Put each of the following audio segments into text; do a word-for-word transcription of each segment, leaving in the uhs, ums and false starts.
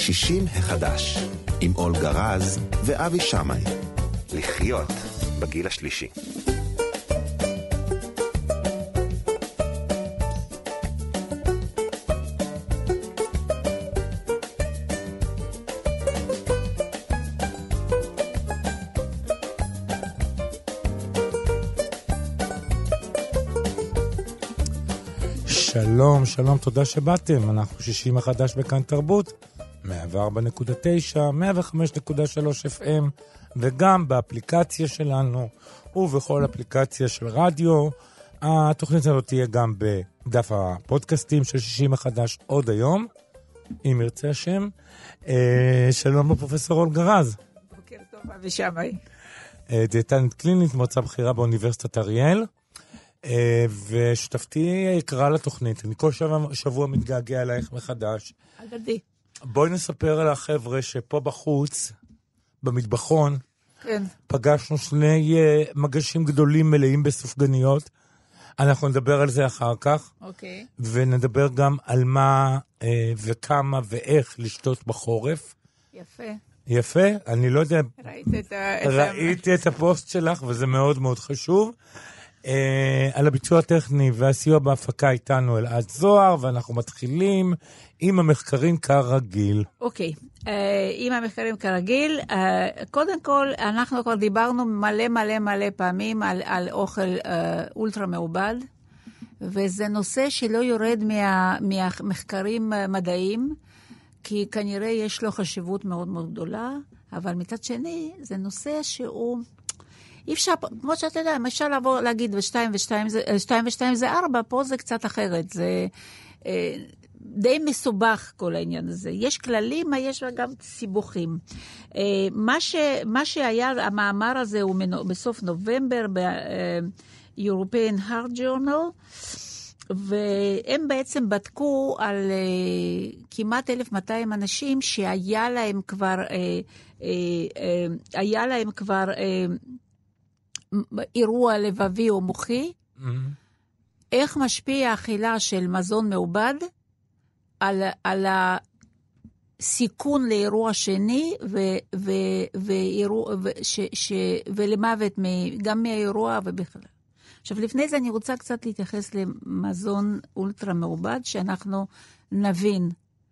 שישים החדש, עם אולגה רז ואבי שמאי. לחיות בגיל השלישי. שלום, שלום, תודה שבאתם. אנחנו שישים החדש בכאן תרבות, מאה וארבע נקודה תשע, מאה וחמש נקודה שלוש אף אם, וגם באפליקציה שלנו, ובכל אפליקציה של רדיו. התוכנית הזאת תהיה גם בדף הפודקאסטים של שישים החדש עוד היום, אם ירצה השם. אה, שלום לפרופסור אולגה רז. בוקר טוב, אבי שמאי. אה, דיאטנית קלינית, מרצה בכירה באוניברסיטת אריאל. ושותפתי יקרה לתוכנית, אני כל שבוע, שבוע מתגעגע אלייך מחדש. אגדי. בואי נספר על החבר'ה שפה בחוץ, במטבחון, כן. פגשנו שני uh, מגשים גדולים מלאים בסופגניות. אנחנו נדבר על זה אחר כך. אוקיי. ונדבר גם על מה uh, וכמה ואיך לשתות בחורף. יפה. יפה? אני לא יודע. ראיתי את ה... ראיתי את הפוסט שלך, וזה מאוד מאוד חשוב. Uh, על הביצוע הטכני והסיוע בהפקה איתנו אלעד זוהר, ואנחנו מתחילים עם המחקרים כרגיל. אוקיי, okay. uh, עם המחקרים כרגיל, uh, קודם כל אנחנו כבר דיברנו מלא מלא מלא פעמים על, על אוכל uh, אולטרה מעובד, וזה נושא שלא יורד מה, מהמחקרים מדעיים, כי כנראה יש לו חשיבות מאוד מאוד גדולה, אבל מצד שני זה נושא שהוא... אי אפשר, כמו שאתה יודע, אפשר לבוא להגיד, ושתיים ושתיים זה, שתיים ושתיים זה ארבע, פה זה קצת אחרת, זה אה, די מסובך כל העניין הזה. יש כללים, אבל יש גם סיבוכים. אה, מה, ש, מה שהיה, המאמר הזה הוא מנו, בסוף נובמבר, ב-European Heart Journal, והם בעצם בדקו על אה, כמעט אלף מאתיים אנשים שהיה להם כבר, אה, אה, אה, היה להם כבר, אה, אירוע לבבי או מוחי, mm-hmm. איך משפיע האכילה של מזון מעובד על, על הסיכון לאירוע שני ו, ו, ואירוע, ו, ש, ש, ולמוות גם מהאירוע ובכלל. עכשיו, לפני זה אני רוצה קצת להתייחס למזון אולטרה מעובד, שאנחנו נבין.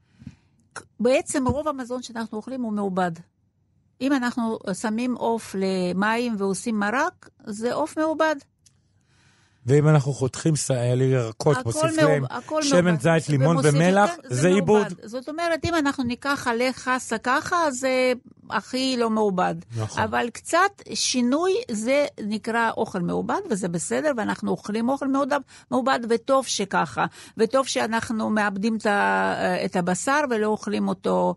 בעצם רוב המזון שאנחנו אוכלים הוא מעובד. אם אנחנו שמים עוף למים ועושים מרק, זה עוף מעובד. ואם אנחנו חותכים ירקות, מוסיפים שמן זית, לימון ומלח, זה עיבוד. זאת אומרת, אם אנחנו ניקח עלי חסה ככה, זה הכי לא מעובד. נכון. אבל קצת שינוי, זה נקרא אוכל מעובד, וזה בסדר, ואנחנו אוכלים אוכל מעובד, וטוב שככה. וטוב שאנחנו מאבדים את הבשר, ולא אוכלים אותו...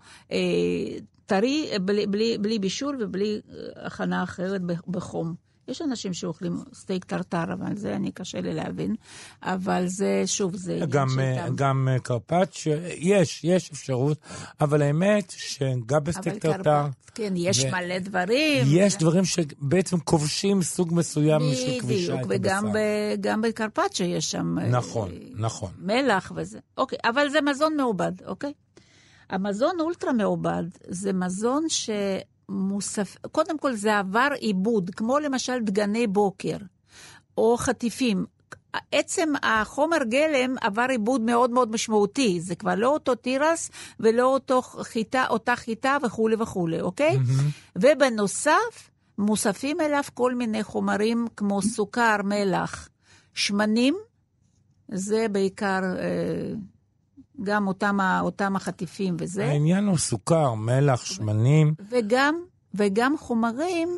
טרי, בלי, בלי, בלי בישול ובלי הכנה אחרת בחום. יש אנשים שאוכלים סטייק טרטר, אבל זה אני קשה לי להבין. אבל זה, שוב, זה... גם, גם קרפץ', יש, יש אפשרות, אבל האמת שגם בסטייק טרטר... כן, יש ו... מלא דברים. יש ו... דברים שבעצם כובשים סוג מסוים של כבישה את הבשר. וגם ב, גם בקרפץ' יש שם... נכון, נכון. מלח וזה. אוקיי, אבל זה מזון מעובד, אוקיי? המזון אולטרה מעובד זה מזון שמוסף... קודם כל זה עבר עיבוד, כמו למשל דגני בוקר, או חטיפים. עצם החומר גלם עבר עיבוד מאוד מאוד משמעותי. זה כבר לא אותו תירס, ולא אותו חיטה, אותה חיטה וכו' וכו', אוקיי? Mm-hmm. ובנוסף, מוספים אליו כל מיני חומרים כמו סוכר, מלח, שמנים, זה בעיקר... אה, גם אותם, אותם החטיפים וזה. העניין הוא סוכר, מלח, שמנים. וגם, וגם חומרים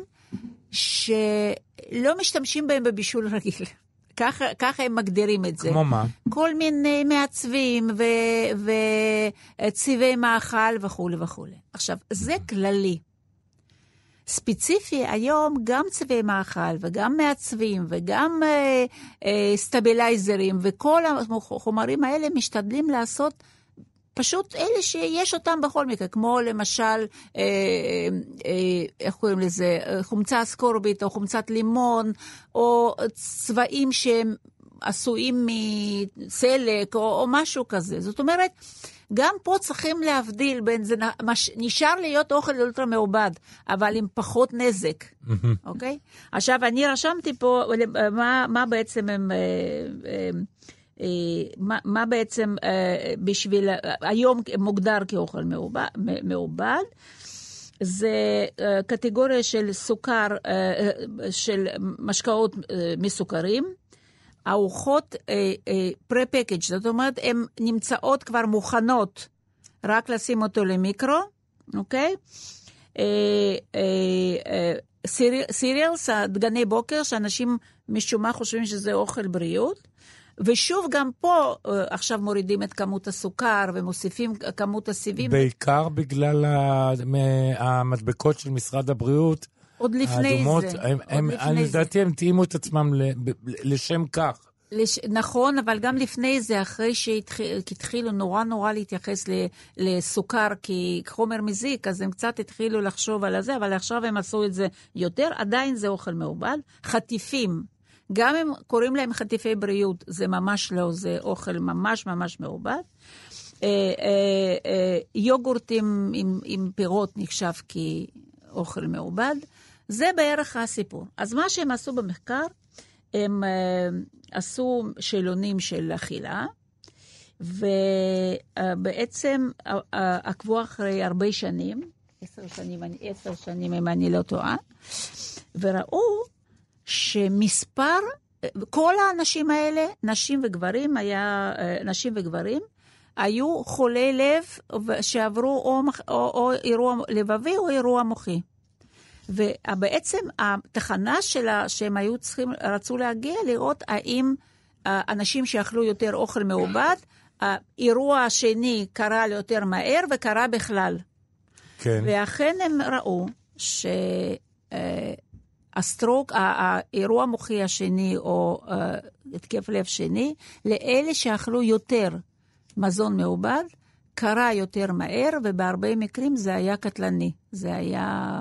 שלא משתמשים בהם בבישול רגיל. ככה, ככה הם מגדירים את זה. כמו מה? כל מיני מעצבים ו, וצבעי מאכל וכו' וכו'. עכשיו, זה כללי. ספציפי היום גם צבעי מאכל וגם מעצבים וגם אה, אה, סטבילייזרים וכל החומרים האלה משתדלים לעשות פשוט אלה שיש אותם בכל מקרה, כמו למשל, אה, אה, איך קוראים לזה, חומצה אסקורבית או חומצת לימון, או צבעים שהם עשויים מסלק או, או משהו כזה. זאת אומרת, גם פה צריכים להבדיל בין זה, נשאר להיות אוכל אולטרה מעובד, אבל עם פחות נזק, אוקיי? עכשיו, אני רשמתי פה, מה, מה בעצם הם... מה, מה בעצם בשביל, היום מוגדר כאוכל מעובד, מעובד, זה קטגוריה של סוכר, של משקאות מסוכרים, ארוחות פרה-פקאג', זאת אומרת, הן נמצאות כבר מוכנות, רק לשים אותו למיקרו, אוקיי? סיריאלס, דגני בוקר, שאנשים משום מה חושבים שזה אוכל בריאות, ושוב גם פה עכשיו מורידים את כמות הסוכר ומוסיפים כמות הסיבים. בעיקר בגלל המדבקות של משרד הבריאות. עוד לפני האדומות, זה. הם, הם, אני לדעתי הם תאימו את עצמם לשם כך. לש... נכון, אבל גם לפני זה, אחרי שהתחילו נורא נורא להתייחס לסוכר כחומר מזיק, אז הם קצת התחילו לחשוב על זה, אבל עכשיו הם עשו את זה יותר, עדיין זה אוכל מעובד. חטיפים, גם הם קוראים להם חטיפי בריאות, זה ממש לא, זה אוכל ממש ממש מעובד. אה, אה, אה, יוגורטים עם, עם פירות נחשב כאוכל מעובד. זה בערך הסיפור. אז מה שהם עשו במחקר, הם אה, עשו שאלונים של אכילה, ובעצם אה, עקבו אחרי הרבה שנים, עשר שנים, עשר שנים אם אני לא טועה, וראו שמספר, כל האנשים האלה, נשים וגברים, היה, נשים וגברים, היו חולי לב שעברו או, או, או אירוע לבבי או אירוע מוחי. ובעצם התחנה שלה, שהם היו צריכים, רצו להגיע לראות האם אנשים שאכלו יותר אוכל מעובד, האירוע השני קרה יותר מהר וקרה בכלל. כן. ואכן הם ראו ש... הסטרוק, האירוע המוחי השני או התקף לב שני, לאלה שאכלו יותר מזון מעובד, קרה יותר מהר, ובהרבה מקרים זה היה קטלני. זה היה,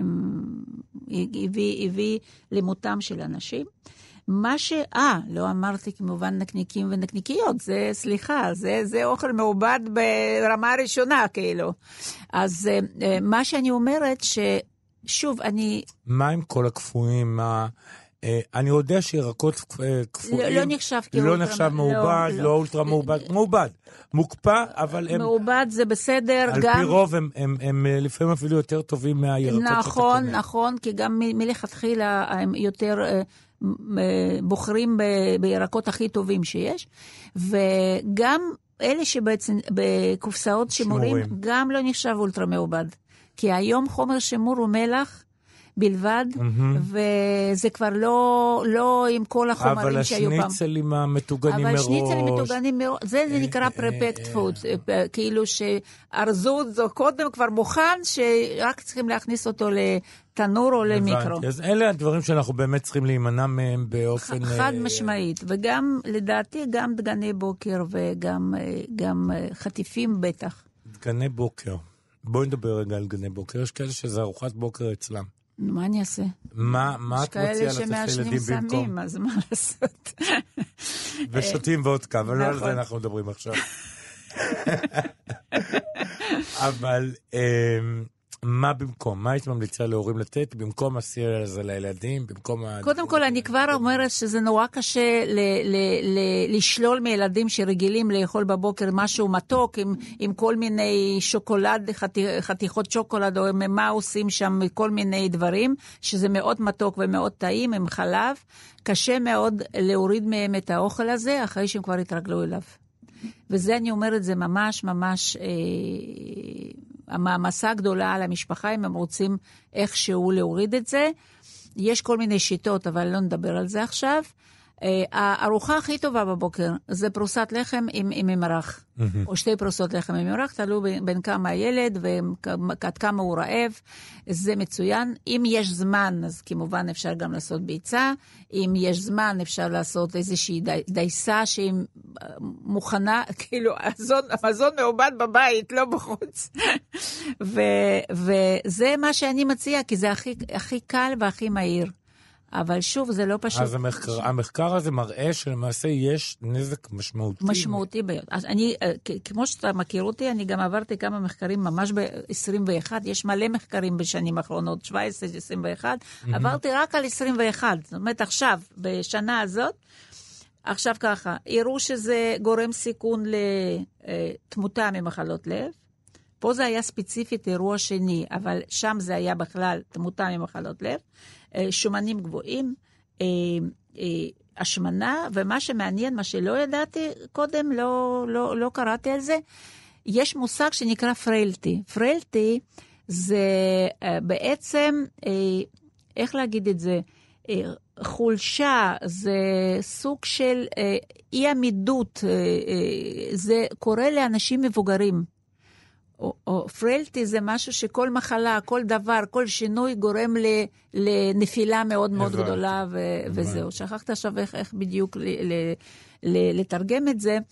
הביא, הביא למותם של אנשים. מה ש... אה, לא אמרתי כמובן נקניקים ונקניקיות, זה, סליחה, זה, זה אוכל מעובד ברמה הראשונה, כאילו. אז מה שאני אומרת ש... שוב, אני... מה עם כל הקפואים? מה... אני יודע שירקות קפואים... לא, לא נחשב כאולטרה... לא נחשב מעובד, לא, לא אולטרה מעובד. מעובד. מוקפא, אבל הם... מעובד זה בסדר, על גם... פי רוב הם, הם, הם לפעמים אפילו יותר טובים מהירקות שאתה נכון, קונה. נכון, כי גם מלכתחילה הם יותר בוחרים בירקות הכי טובים שיש, וגם אלה שבעצם בקופסאות שימורים, גם לא נחשב אולטרה מעובד. כי היום חומר שימור הוא מלח בלבד, mm-hmm. וזה כבר לא, לא עם כל החומרים שהיו פעם. אבל השניצלים המתוגנים מראש. אבל השניצלים המתוגנים מראש, זה, זה נקרא פרפקט פוד, כאילו שארזו זו קודם כבר מוכן, שרק צריכים להכניס אותו לתנור או למיקרו. אז אלה הדברים שאנחנו באמת צריכים להימנע מהם באופן... חד משמעית, וגם לדעתי גם דגני בוקר וגם גם חטיפים בטח. דגני בוקר. בואי נדבר רגע על דגני בוקר. יש כאלה שזה ארוחת בוקר אצלם. מה אני אעשה? מה, מה את מציעה לתת לילדים במקום? סמים, אז מה לעשות? ושותים וודקה, אבל לא על זה אנחנו מדברים עכשיו. אבל מה במקום? מה היית ממליצה להורים לתת? במקום הסיריאל הזה לילדים? במקום... קודם כל, אני כבר אומרת שזה נורא קשה לשלול מילדים שרגילים לאכול בבוקר משהו מתוק, עם כל מיני שוקולד, חתיכות שוקולד, או מה עושים שם, כל מיני דברים, שזה מאוד מתוק ומאוד טעים, עם חלב. קשה מאוד להוריד מהם את האוכל הזה, אחרי שהם כבר התרגלו אליו. וזה אני אומרת, זה ממש ממש... המעמסה הגדולה על המשפחה, אם הם רוצים איכשהו להוריד את זה. יש כל מיני שיטות, אבל לא נדבר על זה עכשיו. הארוחה הכי טובה בבוקר זה פרוסת לחם עם, עם ממרח, mm-hmm. או שתי פרוסות לחם עם ממרח, תלו בין, בין כמה הילד ועד כמה הוא רעב, זה מצוין. אם יש זמן, אז כמובן אפשר גם לעשות ביצה, אם יש זמן אפשר לעשות איזושהי די, דייסה שהיא מוכנה, כאילו המזון, המזון מעובד בבית, לא בחוץ. ו, וזה מה שאני מציעה, כי זה הכי, הכי קל והכי מהיר. אבל שוב, זה לא פשוט. אז המחקר, המחקר הזה מראה שלמעשה יש נזק משמעותי. משמעותי ביותר. אז אני, כמו שאתה מכיר אותי, אני גם עברתי כמה מחקרים ממש ב-עשרים ואחת, יש מלא מחקרים בשנים האחרונות, שבע עשרה, עשרים ואחת, mm-hmm. עברתי רק על עשרים ואחת, זאת אומרת עכשיו, בשנה הזאת, עכשיו ככה, הראו שזה גורם סיכון לתמותה ממחלות לב, פה זה היה ספציפית אירוע שני, אבל שם זה היה בכלל תמותה ממחלות לב, שומנים גבוהים, השמנה, ומה שמעניין, מה שלא ידעתי קודם, לא, לא, לא קראתי על זה, יש מושג שנקרא פריילטי. פריילטי זה בעצם, איך להגיד את זה, חולשה, זה סוג של אי עמידות, זה קורה לאנשים מבוגרים. או, או פריילטי זה משהו שכל מחלה, כל דבר, כל שינוי גורם ל, לנפילה מאוד מאוד גדולה, ו, וזהו. שכחת עכשיו איך, איך בדיוק ל, ל, ל, לתרגם את זה.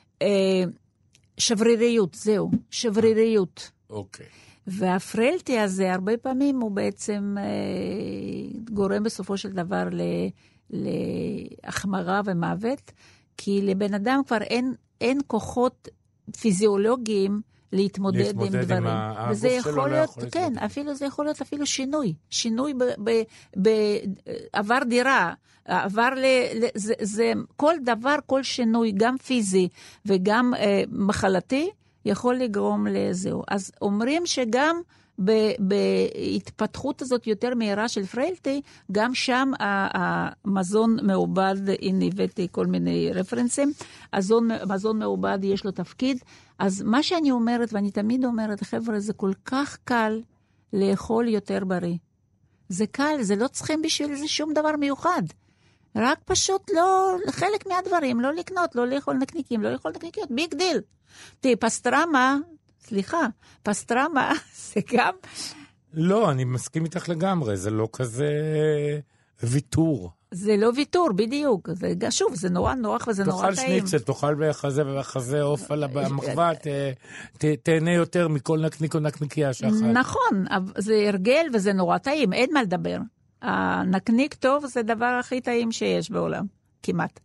שבריריות, זהו, שבריריות. אוקיי. והפריילטי הזה, הרבה פעמים הוא בעצם גורם בסופו של דבר ל, להחמרה ומוות, כי לבן אדם כבר אין, אין כוחות פיזיולוגיים, להתמודד, להתמודד עם דברים. עם וזה יכול להיות, לא יכול כן, אפילו זה יכול להיות אפילו שינוי. שינוי בעבר דירה, עבר ל... זה, זה כל דבר, כל שינוי, גם פיזי וגם אה, מחלתי, יכול לגרום לזהו. אז אומרים שגם בהתפתחות הזאת יותר מהירה של פריילטי, גם שם המזון מעובד, הנה הבאתי כל מיני רפרנסים, המזון מעובד יש לו תפקיד, אז מה שאני אומרת, ואני תמיד אומרת, חבר'ה, זה כל כך קל לאכול יותר בריא. זה קל, זה לא צריכים בשביל זה שום דבר מיוחד. רק פשוט לא, חלק מהדברים, לא לקנות, לא לאכול נקניקים, לא לאכול נקניקיות, ביג דיל. תראי, פסטרמה, סליחה, פסטרמה זה גם... לא, אני מסכים איתך לגמרי, זה לא כזה ויתור. זה לא ויתור, בדיוק. זה, שוב, זה נורא נוח וזה נורא טעים. תאכל שניצל, תאכל בחזה ובחזה עוף על המחווה, תהנה יותר מכל נקניק או נקניקיה שאכל. נכון, זה הרגל וזה נורא טעים, אין מה לדבר. הנקניק טוב זה הדבר הכי טעים שיש בעולם, כמעט.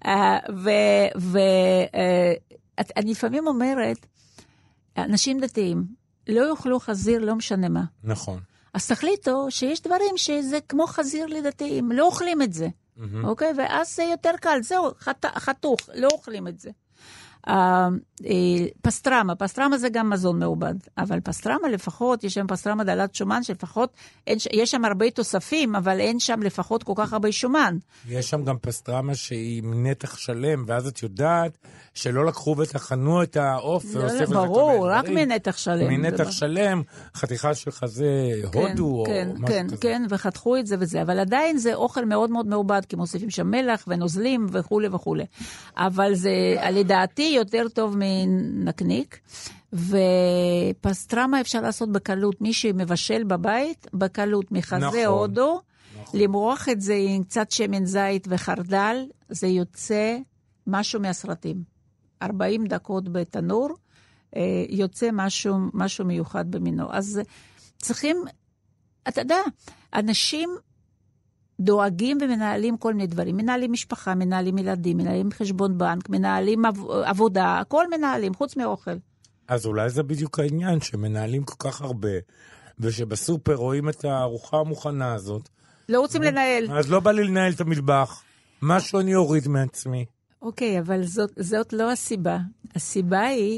ואני לפעמים אומרת, אנשים דתיים לא יאכלו חזיר, לא משנה מה. נכון. אז תחליטו שיש דברים שזה כמו חזיר לדתיים, לא אוכלים את זה. Mm-hmm. אוקיי? ואז זה יותר קל, זהו, חת, חתוך, לא אוכלים את זה. Uh, uh, פסטרמה, פסטרמה זה גם מזון מעובד, אבל פסטרמה לפחות, יש שם פסטרמה דלת שומן, שלפחות, אין, יש שם הרבה תוספים, אבל אין שם לפחות כל כך הרבה שומן. יש שם גם פסטרמה שהיא מנתח שלם, ואז את יודעת שלא לקחו ותחנו את העוף, לא, לא, ברור, רק מנתח שלם. מנתח דבר. שלם, חתיכה של חזה כן, הודו, כן, או משהו כן, כזה. כן, וחתכו את זה וזה, אבל עדיין זה אוכל מאוד מאוד מעובד, כי מוסיפים שם מלח ונוזלים וכו' וכו'. אבל זה, על לדעתי, יותר טוב מנקניק, ופסטרמה אפשר לעשות בקלות, מי שמבשל בבית, בקלות מחזה נכון, הודו, נכון. למרוח את זה עם קצת שמן זית וחרדל, זה יוצא משהו מהסרטים. ארבעים דקות בתנור, יוצא משהו, משהו מיוחד במינו. אז צריכים, אתה יודע, אנשים דואגים ומנהלים כל מיני דברים. מנהלים משפחה, מנהלים ילדים, מנהלים חשבון בנק, מנהלים עבודה, הכל מנהלים, חוץ מאוכל. אז אולי זה בדיוק העניין, שמנהלים כל כך הרבה, ושבסופר רואים את הארוחה המוכנה הזאת. לא רוצים לנהל. אז לא בא לי לנהל את המטבח. משהו אני אוריד מעצמי. אוקיי, אבל זאת, זאת לא הסיבה. הסיבה היא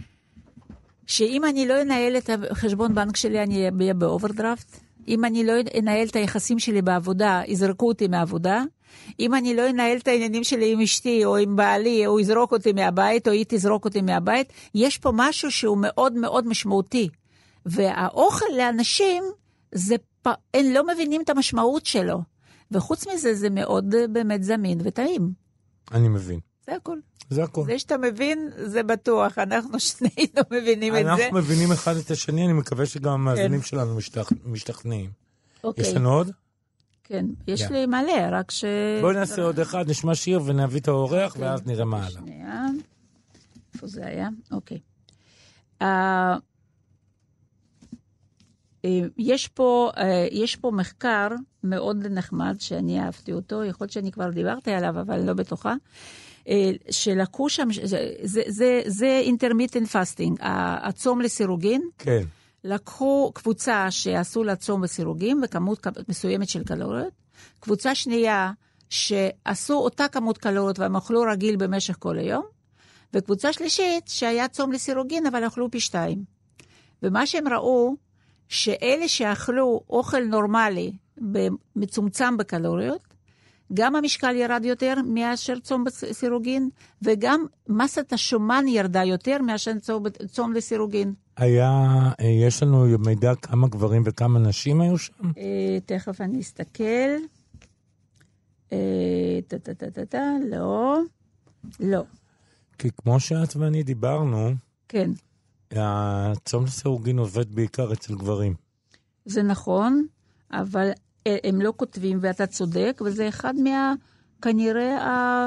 שאם אני לא אנהל את החשבון בנק שלי, אני אהיה באוברדרפט. אם אני לא אנהל את היחסים שלי בעבודה, יזרקו אותי מהעבודה. אם אני לא אנהל את העניינים שלי עם אשתי או עם בעלי, או יזרוק אותי מהבית, או היא תזרוק אותי מהבית, יש פה משהו שהוא מאוד מאוד משמעותי. והאוכל לאנשים, זה, הם לא מבינים את המשמעות שלו. וחוץ מזה, זה מאוד באמת זמין וטעים. אני מבין. זה הכל. זה הכל. זה שאתה מבין, זה בטוח. אנחנו שנינו מבינים את זה. אנחנו מבינים אחד את השני, אני מקווה שגם המאזינים שלנו משתכנעים. יש לנו עוד? כן, יש לי מלא, רק ש... בואי נעשה עוד אחד, נשמע שיר ונביא את האורח, ואז נראה מה הלאה. שנייה. איפה זה היה? אוקיי. יש פה, יש פה מחקר מאוד נחמד, שאני אהבתי אותו, יכול להיות שאני כבר דיברתי עליו, אבל לא בטוחה, שלקחו שם, זה, זה, זה, זה intermittent fasting, הצום לסירוגין. כן. לקחו קבוצה שעשו לה צום בסירוגין, בכמות מסוימת של קלוריות, קבוצה שנייה שעשו אותה כמות קלוריות, והם אכלו רגיל במשך כל היום, וקבוצה שלישית שהיה צום לסירוגין, אבל אכלו פי שתיים. ומה שהם ראו, שאלה שאכלו אוכל נורמלי, מצומצם בקלוריות, גם המשקל ירד יותר מאשר צום בסירוגין, וגם מסת השומן ירדה יותר מאשר צום, צום לסירוגין. היה, יש לנו מידע כמה גברים וכמה נשים היו שם? תכף אני אסתכל. טה-טה-טה-טה, לא. לא. כי כמו שאת ואני דיברנו, כן. הצום לסירוגין עובד בעיקר אצל גברים. זה נכון, אבל הם לא כותבים, ואתה צודק, וזה אחד מה, כנראה,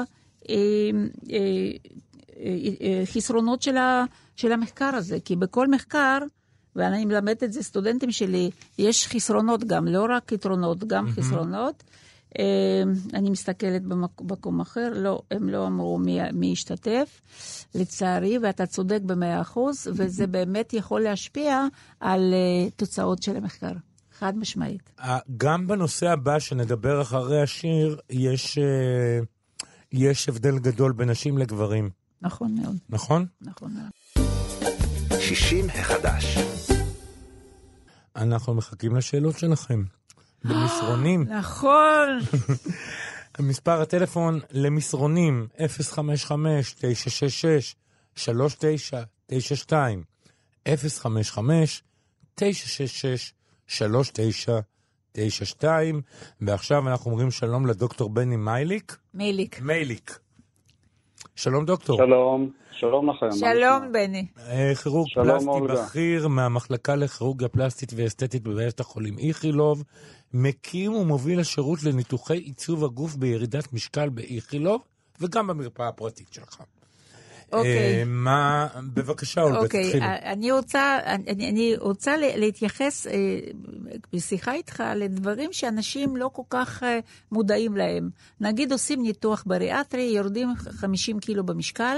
החסרונות של המחקר הזה, כי בכל מחקר, ואני מלמד את זה סטודנטים שלי, יש חסרונות גם, לא רק יתרונות, גם חסרונות. אני מסתכלת במקום אחר, לא, הם לא אמרו מי, מי ישתתף, לצערי, ואתה צודק במאה אחוז, וזה באמת יכול להשפיע על תוצאות של המחקר. חד משמעית. גם בנושא הבא שנדבר אחרי השיר, יש, יש הבדל גדול בין נשים לגברים. נכון מאוד. נכון? נכון מאוד. שישים החדש. אנחנו מחכים לשאלות שלכם. במסרונים. נכון. מספר הטלפון למסרונים אפס חמש חמש תשע שש שש שלוש תשע תשע שתיים אפס חמש חמש תשע שש שש שלוש תשע תשע שתיים. ועכשיו אנחנו אומרים שלום לדוקטור בני מייליק. מייליק. מייליק. שלום דוקטור. שלום, שלום לכם. שלום בני. כירורג פלסטי בכיר מהמחלקה לכירורגיה פלסטית ואסתטית בבית החולים איכילוב, מקים ומוביל השירות לניתוחי עיצוב הגוף בירידת משקל באיכילוב, וגם במרפאה הפרטית שלך. אוקיי. מה, בבקשה, אולבט, תתחילי. אוקיי, אני רוצה, אני, אני רוצה להתייחס בשיחה איתך לדברים שאנשים לא כל כך מודעים להם. נגיד עושים ניתוח בריאטרי, יורדים חמישים קילו במשקל,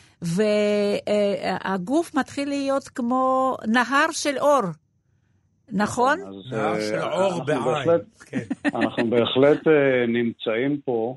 והגוף מתחיל להיות כמו נהר של אור. נכון? נהר של אור בעין. אנחנו בהחלט נמצאים פה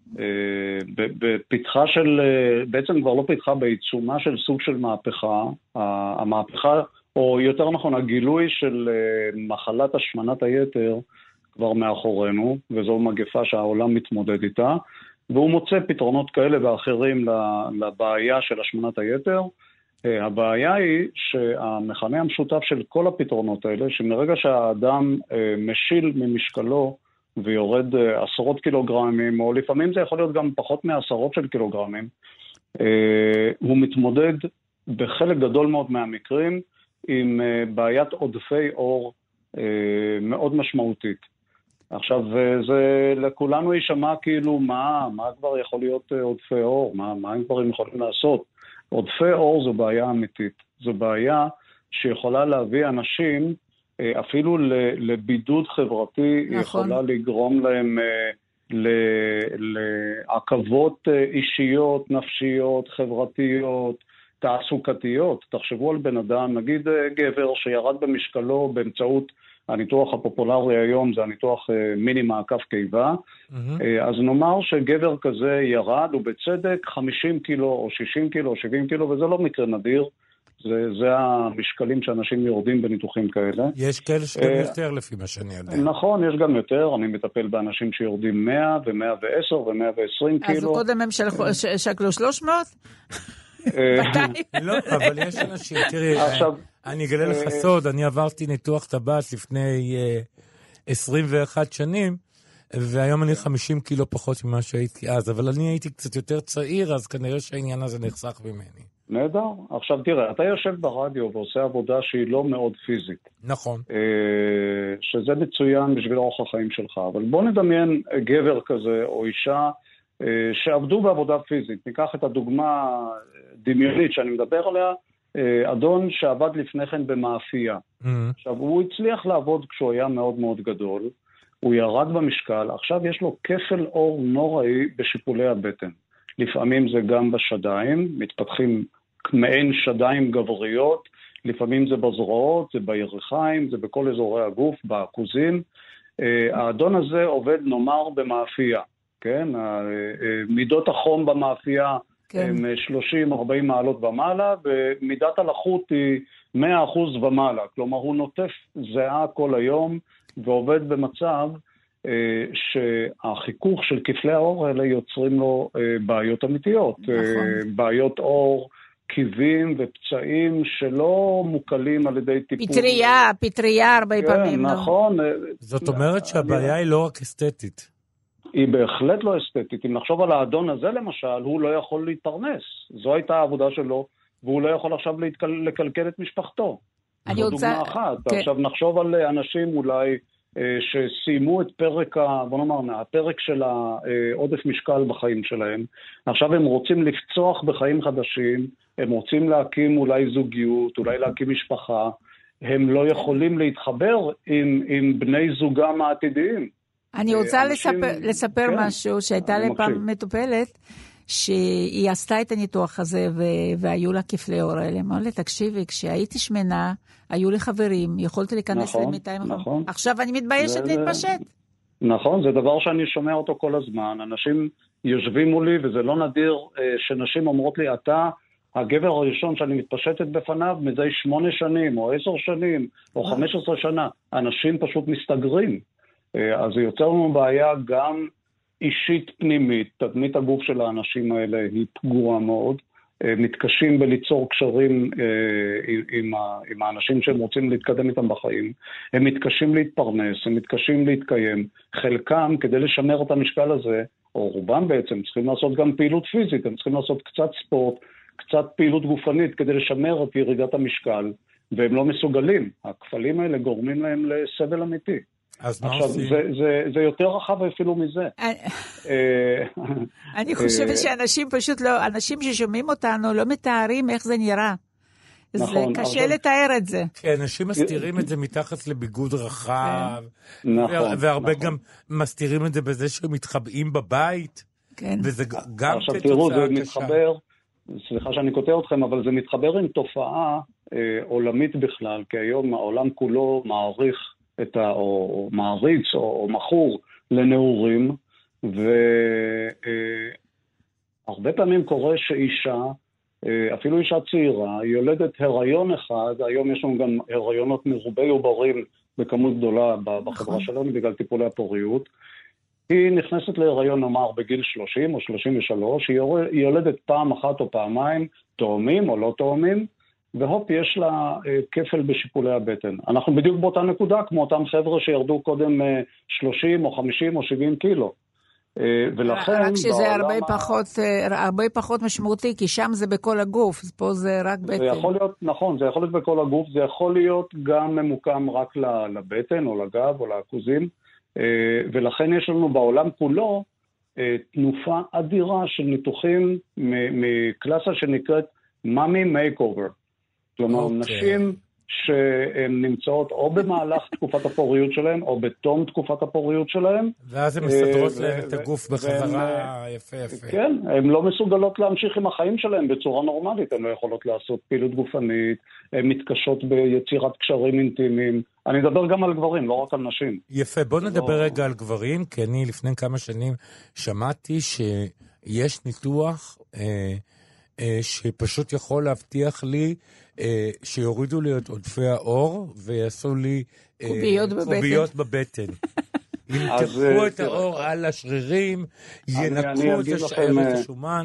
בפתחה של, בעצם כבר לא פתחה, בעיצומה של סוג של מהפכה. המהפכה, או יותר נכון, הגילוי של מחלת השמנת היתר כבר מאחורינו, וזו מגפה שהעולם מתמודד איתה, והוא מוצא פתרונות כאלה ואחרים לבעיה של השמנת היתר. הבעיה היא שהמכנה המשותף של כל הפתרונות האלה, שמרגע שהאדם משיל ממשקלו ויורד עשרות קילוגרמים, או לפעמים זה יכול להיות גם פחות מעשרות של קילוגרמים, הוא מתמודד בחלק גדול מאוד מהמקרים עם בעיית עודפי אור מאוד משמעותית. עכשיו, זה לכולנו יישמע כאילו, מה, מה כבר יכול להיות עודפי אור? מה, מה הם כבר יכולים לעשות? עודפי אור זו בעיה אמיתית. זו בעיה שיכולה להביא אנשים אפילו לבידוד חברתי, נכון. יכולה לגרום להם לעכבות אישיות, נפשיות, חברתיות, תעסוקתיות. תחשבו על בן אדם, נגיד גבר שירד במשקלו באמצעות הניתוח הפופולרי היום, זה הניתוח מיני מעקף קיבה, mm-hmm. אז נאמר שגבר כזה ירד, ובצדק חמישים קילו או שישים קילו או שבעים קילו, וזה לא מקרה נדיר, זה, זה המשקלים שאנשים יורדים בניתוחים כאלה. יש כאלה שגם יותר לפי מה שאני יודע. נכון, יש גם יותר, אני מטפל באנשים שיורדים מאה ו-מאה ועשר ו-מאה ועשרים קילו. אז קודם הם שקלו שלוש מאות? לא, אבל יש אנשים, תראי, אני אגלה לך סוד, אני עברתי ניתוח טבעת לפני עשרים ואחת שנים, והיום אני חמישים קילו פחות ממה שהייתי אז, אבל אני הייתי קצת יותר צעיר, אז כנראה שהעניין הזה נחסך ממני. נהדר. עכשיו תראה, אתה יושב ברדיו ועושה עבודה שהיא לא מאוד פיזית. נכון. שזה מצוין בשביל אורח החיים שלך, אבל בוא נדמיין גבר כזה או אישה שעבדו בעבודה פיזית. ניקח את הדוגמה דמיונית שאני מדבר עליה, אדון שעבד לפני כן במאפייה. Mm-hmm. עכשיו, הוא הצליח לעבוד כשהוא היה מאוד מאוד גדול, הוא ירד במשקל, עכשיו יש לו כפל אור נוראי בשיפולי הבטן. לפעמים זה גם בשדיים, מתפתחים מעין שדיים גבריות, לפעמים זה בזרועות, זה בירכיים, זה בכל אזורי הגוף, בעכוזים. האדון הזה עובד נאמר במאפייה, כן? מידות החום במאפייה הם שלושים ארבעים מעלות ומעלה, ומידת הלחות היא מאה אחוז ומעלה. כלומר, הוא נוטף זהה כל היום, ועובד במצב שהחיכוך של כפלי האור האלה יוצרים לו בעיות אמיתיות. נכון. בעיות אור, קיבים ופצעים שלא מוקלים על ידי טיפול. פטריה, פטריה הרבה כן, פעמים. נכון. זאת אומרת שהבעיה היא לא רק אסתטית. היא בהחלט לא אסתטית. אם נחשוב על האדון הזה למשל, הוא לא יכול להתפרנס. זו הייתה העבודה שלו, והוא לא יכול עכשיו להתקל... לקלקל את משפחתו. זו רוצה... דוגמה אחת. כן. עכשיו נחשוב על אנשים אולי שסיימו את פרק, ה... בוא נאמר, הפרק של העודף משקל בחיים שלהם. עכשיו הם רוצים לפצוח בחיים חדשים, הם רוצים להקים אולי זוגיות, אולי להקים משפחה. הם לא יכולים להתחבר עם, עם בני זוגם העתידיים. אני רוצה אנשים... לספר, לספר כן, משהו שהייתה לפעם מטופלת, שהיא עשתה את הניתוח הזה, ו- והיו לה כפלי אור האלה. אמרה לי, תקשיבי, כשהייתי שמנה, היו לי חברים, יכולתי להיכנס נכון, למיטה עם נכון. החברים. עכשיו אני מתביישת זה, להתפשט. נכון, זה דבר שאני שומע אותו כל הזמן. אנשים יושבים מולי, וזה לא נדיר שנשים אומרות לי, אתה הגבר הראשון שאני מתפשטת בפניו מזה שמונה שנים, או עשר שנים, או חמש עשרה שנה. אנשים פשוט מסתגרים. אז זה יוצר לנו בעיה גם אישית פנימית. תדמית הגוף של האנשים האלה היא פגועה מאוד. מתקשים בליצור קשרים עם, עם האנשים שהם רוצים להתקדם איתם בחיים. הם מתקשים להתפרנס, הם מתקשים להתקיים. חלקם, כדי לשמר את המשקל הזה, או רובם בעצם, צריכים לעשות גם פעילות פיזית. הם צריכים לעשות קצת ספורט, קצת פעילות גופנית, כדי לשמר את ירידת המשקל. והם לא מסוגלים. הכפלים האלה גורמים להם לסבל אמיתי. אז מה עכשיו, עושים? זה, זה, זה יותר רחב אפילו מזה. אני חושבת שאנשים פשוט לא, אנשים ששומעים אותנו לא מתארים איך זה נראה. זה קשה לתאר את זה. כן, אנשים מסתירים את זה מתחת לביגוד רחב, והרבה גם מסתירים את זה בזה שהם מתחבאים בבית, וזה גם תוצאה קשה. סליחה שאני כותב אתכם, אבל זה מתחבר עם תופעה עולמית בכלל, כי היום העולם כולו מעריך את ה, או, או מעריץ או, או מחור לנעורים, והרבה פעמים קורה שאישה, אפילו אישה צעירה, היא יולדת הריון אחד, היום יש לנו גם הריונות מרובי עוברים בכמות גדולה בחברה שלנו בגלל טיפולי הפוריות, היא נכנסת להיריון נאמר בגיל שלושים או שלושים ושלוש, היא יולדת פעם אחת או פעמיים, תאומים או לא תאומים, והופ, יש לה כפל בשיפולי הבטן. אנחנו בדיוק באותה נקודה, כמו אותם חבר'ה שירדו קודם שלושים או חמישים או שבעים קילו. ולכן... רק שזה הרבה פחות, הרבה פחות משמעותי, כי שם זה בכל הגוף, פה זה רק בטן. זה יכול להיות, נכון, זה יכול להיות בכל הגוף, זה יכול להיות גם ממוקם רק לבטן או לגב או לעכוזים, ולכן יש לנו בעולם כולו תנופה אדירה של ניתוחים מקלאסה שנקראת מאמי מייקאובר. כלומר, okay. נשים שהן נמצאות או במהלך תקופת הפוריות שלהן, או בתום תקופת הפוריות שלהן. ואז הן מסתדרות להם את הגוף בחזרה יפה יפה. כן, הן לא מסוגלות להמשיך עם החיים שלהן בצורה נורמלית, הן לא יכולות לעשות פעילות גופנית, הן מתקשות ביצירת קשרים אינטימיים. אני מדבר גם על גברים, לא רק על נשים. יפה, בוא נדבר לא... רגע על גברים, כי אני לפני כמה שנים שמעתי שיש ניתוח... אה, שפשוט יכול להבטיח לי שיורידו לי את עודפי האור ויעשו לי קוביות בבטן. ימתחו את האור על השרירים, ינקו את השערת השומן.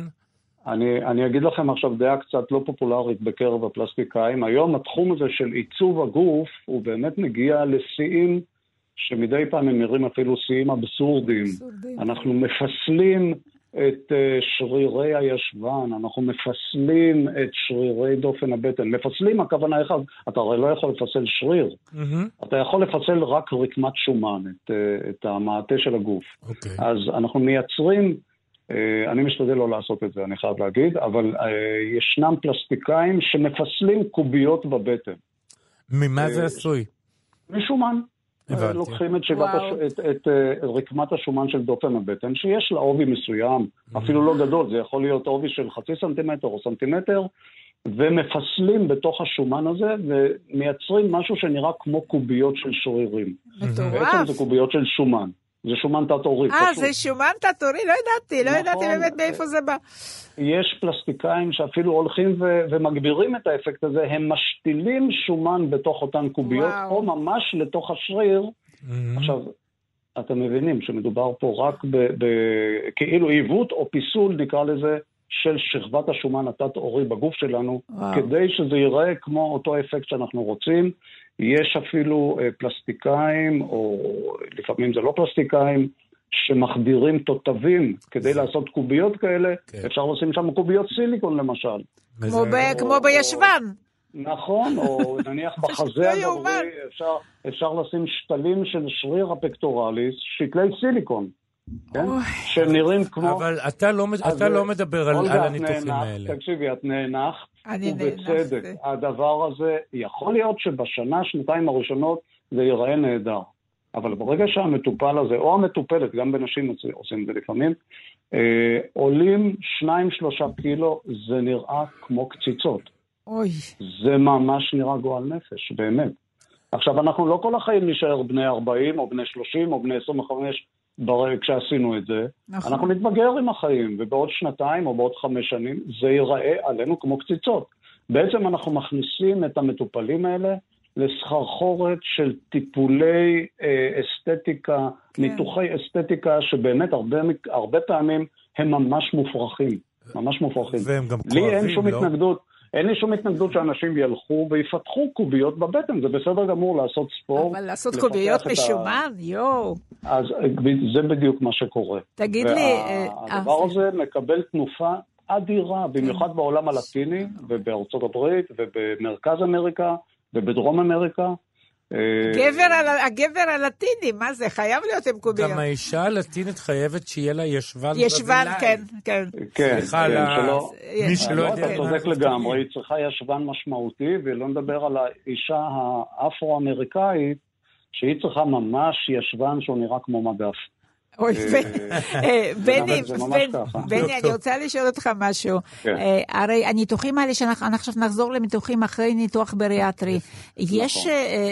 אני אגיד לכם עכשיו דעה קצת לא פופולרית בקרב הפלסטיקאים. היום התחום הזה של עיצוב הגוף הוא באמת מגיע לשיאים שמדי פעם הם מראים אפילו שיאים אבסורדיים. אנחנו מפסלים את שרירי הישבן, אנחנו מפסלים את שרירי דופן הבטן. מפסלים, הכוונה אחד, אתה הרי לא יכול לפסל שריר. Mm-hmm. אתה יכול לפסל רק רקמת שומן, את, את המעטה של הגוף. Okay. אז אנחנו מייצרים אני משתדל לא לעשות את זה, אני חייב להגיד, אבל ישנם פלסטיקאים שמפסלים קוביות בבטן. ממה זה עשוי? משומן. הבנתי. לוקחים את, הש... את, את, את רקמת השומן של דופן הבטן, שיש לה עובי מסוים, אפילו לא גדול, זה יכול להיות עובי של חצי סנטימטר או סנטימטר, ומפסלים בתוך השומן הזה, ומייצרים משהו שנראה כמו קוביות של שרירים. מטורף. בעצם זה קוביות של שומן. זה שומן תת-עורי. אה, זה שומן תת-עורי? לא ידעתי, לא ידעתי באמת מאיפה זה בא. יש פלסטיקאים שאפילו הולכים ו- ומגבירים את האפקט הזה, הם משתילים שומן בתוך אותן קוביות, או ממש לתוך השריר. עכשיו, אתם מבינים שמדובר פה רק כאילו עיוות או פיסול, נקרא לזה, של שכבת השומן התת-עורי בגוף שלנו, כדי שזה ייראה כמו אותו אפקט שאנחנו רוצים. יש אפילו פלסטיקאים, או לפעמים זה לא פלסטיקאים, שמחדירים תותבים כדי לעשות קוביות כאלה. אפשר לשים שם קוביות סיליקון למשל. כמו בישבן. נכון, או נניח בחזה הגברי, אפשר לשים שתלים של שריר הפקטורליס, שתלי סיליקון. שהם נראים כמו... אבל אתה לא מדבר על הניתוחים האלה. תקשיבי, את נאנחת, ובצדק. הדבר הזה, יכול להיות שבשנה, שנתיים הראשונות, זה ייראה נהדר. אבל ברגע שהמטופל הזה, או המטופלת, גם בנשים עושים את זה לפעמים, עולים שניים, שלושה קילו, זה נראה כמו קציצות. אוי. זה ממש נראה גועל נפש, באמת. עכשיו, אנחנו לא כל החיים נשאר בני ארבעים, או בני שלושים, או בני עשרים וחמש, כשעשינו את זה, נכון. אנחנו נתבגר עם החיים, ובעוד שנתיים או בעוד חמש שנים, זה ייראה עלינו כמו קציצות. בעצם אנחנו מכניסים את המטופלים האלה לסחרחורת של טיפולי אה, אסתטיקה, כן. ניתוחי אסתטיקה, שבאמת הרבה, הרבה פעמים הם ממש מופרכים. ממש מופרכים. והם גם לי כואבים, אין שום לא? התנגדות. אין לי שום התנגדות שאנשים ילכו ויפתחו קוביות בבטן, זה בסדר גמור לעשות ספורט. אבל לעשות קוביות משומן, יואו. אז זה בדיוק מה שקורה. תגיד לי... הדבר הזה מקבל תנופה אדירה, במיוחד בעולם הלטיני, ובארצות הברית, ובמרכז אמריקה, ובדרום אמריקה. הגבר הלטיני, מה זה? חייב להיות עם קוביות. גם האישה הלטינית חייבת שיהיה לה ישבן ברזילאי. ישבן, כן, כן. כן, סליחה, מי שלא יודע. אתה צודק לגמרי, היא צריכה ישבן משמעותי, ולא נדבר על האישה האפרו-אמריקאית, שהיא צריכה ממש ישבן שהוא נראה כמו מדף. אוי, בני, בני, אני רוצה לשאול אותך משהו. הרי הניתוחים האלה, אנחנו עכשיו נחזור לניתוחים אחרי ניתוח בריאטרי, יש,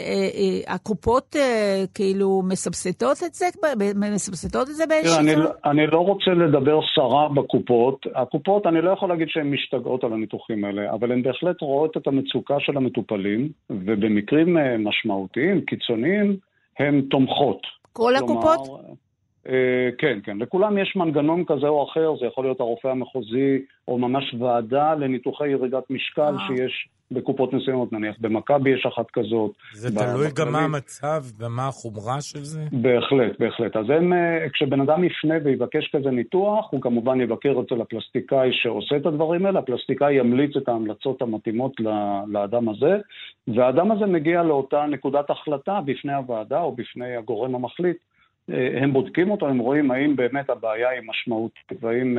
הקופות כאילו מסבסטות את זה? מסבסטות את זה באיזשהו? אני לא רוצה לדבר סרה בקופות. הקופות, אני לא יכול להגיד שהן משתגעות על הניתוחים האלה, אבל הן בהחלט רואות את המצוקה של המטופלים, ובמקרים משמעותיים, קיצוניים, הן תומכות. כל הקופות? כן, כן. לכולם יש מנגנון כזה או אחר, זה יכול להיות הרופא המחוזי, או ממש ועדה לניתוחי ירידת משקל שיש בקופות מסוימות, נניח. במכבי יש אחת כזאת. זה תלוי גם מה המצב ומה החומרה של זה? בהחלט, בהחלט. אז הם, כשבן אדם יפנה ויבקש כזה ניתוח, הוא כמובן יבקר אצל הפלסטיקאי שעושה את הדברים האלה, הפלסטיקאי ימליץ את ההמלצות המתאימות לאדם הזה, והאדם הזה מגיע לאותה נקודת החלטה בפני הוועדה או בפני הגורם המחליט, הם בודקים אותו, הם רואים האם באמת הבעיה היא משמעותית, והאם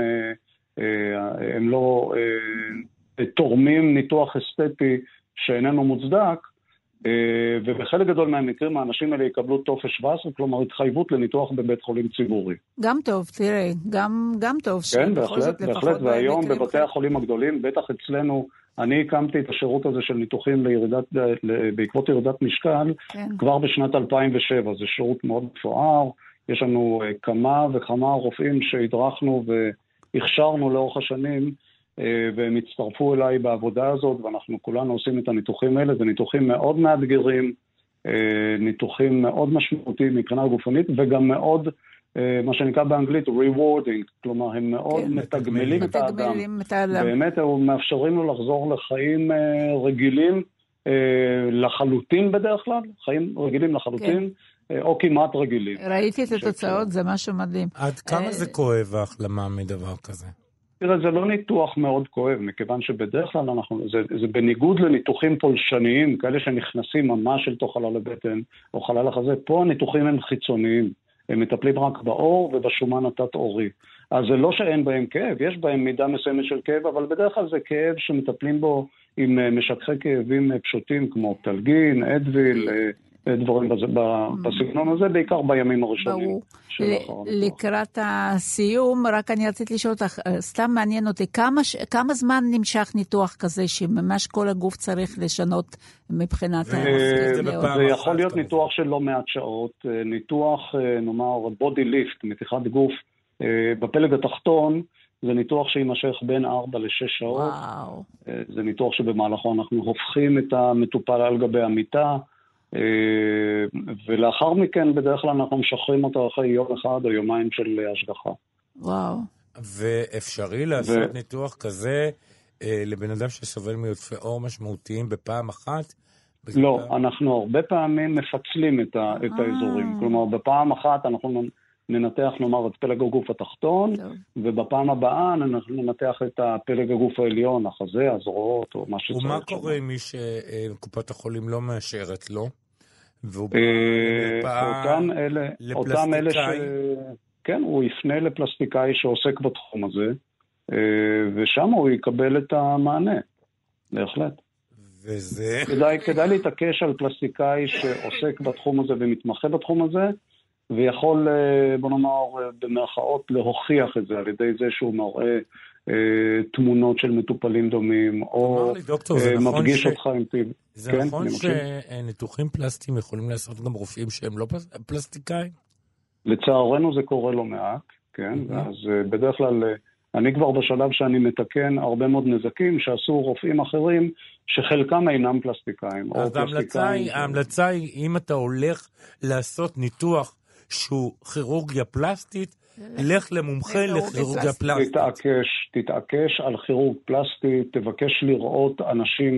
הם לא תורמים ניתוח אסתטי שאיננו מוצדק, ובחלק גדול מהמקרים האנשים האלה יקבלו טופס שבע עשרה, כלומר התחייבות לניתוח בבית חולים ציבורי. גם טוב, תראה, גם, גם טוב. כן, בהחלט, בהחלט, והיום בבתי החולים הגדולים, בטח אצלנו, אני הקמתי את השירות הזה של ניתוחים לירידת, בעקבות ירידת משקל, כן. כבר בשנת אלפיים ושבע, זה שירות מאוד מפואר, יש לנו כמה וכמה רופאים שהדרכנו והכשרנו לאורך השנים, והם הצטרפו אליי בעבודה הזאת, ואנחנו כולנו עושים את הניתוחים האלה, זה ניתוחים מאוד מאתגרים, ניתוחים מאוד משמעותיים מבחינה גופנית, וגם מאוד, מה שנקרא באנגלית, rewarding, כלומר, הם מאוד כן, מתגמלים את האדם. את האדם. באמת, הם מאפשרים לו לחזור לחיים רגילים, לחלוטין בדרך כלל, חיים רגילים לחלוטין, כן. או כמעט רגילים. ראיתי את התוצאות, זה משהו מדהים. עד כמה זה כואב ההחלמה מדבר כזה? תראה, זה לא ניתוח מאוד כואב, מכיוון שבדרך כלל אנחנו, זה, זה בניגוד לניתוחים פולשניים, כאלה שנכנסים ממש אל תוך חלל הבטן או חלל החזה, פה הניתוחים הם חיצוניים, הם מטפלים רק באור ובשומן התת-עורי. אז זה לא שאין בהם כאב, יש בהם מידה מסוימת של כאב, אבל בדרך כלל זה כאב שמטפלים בו עם משככי כאבים פשוטים, כמו טלגין, אדוויל, דברים בסגנון הזה, בעיקר בימים הראשונים. לקראת הסיום, רק אני רציתי לשאול אותך, סתם מעניין אותי, כמה זמן נמשך ניתוח כזה, שממש כל הגוף צריך לשנות מבחינת... זה יכול להיות ניתוח של לא מעט שעות, ניתוח, נאמר, body lift, מתיחת גוף, בפלג התחתון, זה ניתוח שימשך בין ארבע לשש שעות. וואו. זה ניתוח שבמהלכו אנחנו הופכים את המטופל על גבי המיטה, ולאחר מכן בדרך כלל אנחנו משחררים אותו אחרי יום אחד או יומיים של השגחה. וואו. ואפשרי לעשות ו... ניתוח כזה אה, לבן אדם שסובל מיוצפי אור משמעותיים בפעם אחת? לא, פעם... אנחנו הרבה פעמים מפצלים את, ה... את האזורים. כלומר, בפעם אחת אנחנו ננתח, נאמר, את פלג הגוף התחתון, טוב. ובפעם הבאה אנחנו ננתח את הפלג הגוף העליון, החזה, הזרועות, או מה שצריך. ומה קורה עם מי שקופת החולים לא מאשרת לו? אותם אלה, אותם אלה ש... כן, הוא יפנה לפלסטיקאי שעוסק בתחום הזה, ושם הוא יקבל את המענה, בהחלט. וזה... כדאי, כדאי להתעקש על פלסטיקאי שעוסק בתחום הזה ומתמחה בתחום הזה, ויכול, בוא נאמר, במרכאות להוכיח את זה, על ידי זה שהוא מראה תמונות של מטופלים דומים, או מפגיש אותך עם טיב. זה נכון שניתוחים פלסטיים יכולים לעשות גם רופאים שהם לא פלסטיקאים? לצערנו זה קורה לא מעט, כן, אז בדרך כלל אני כבר בשלב שאני מתקן הרבה מאוד נזקים שעשו רופאים אחרים שחלקם אינם פלסטיקאים. אז ההמלצה היא, אם אתה הולך לעשות ניתוח שהוא כירורגיה פלסטית, לך למומחה לכירורגיה פלסטית. תתעקש, תתעקש על כירורג פלסטי, תבקש לראות אנשים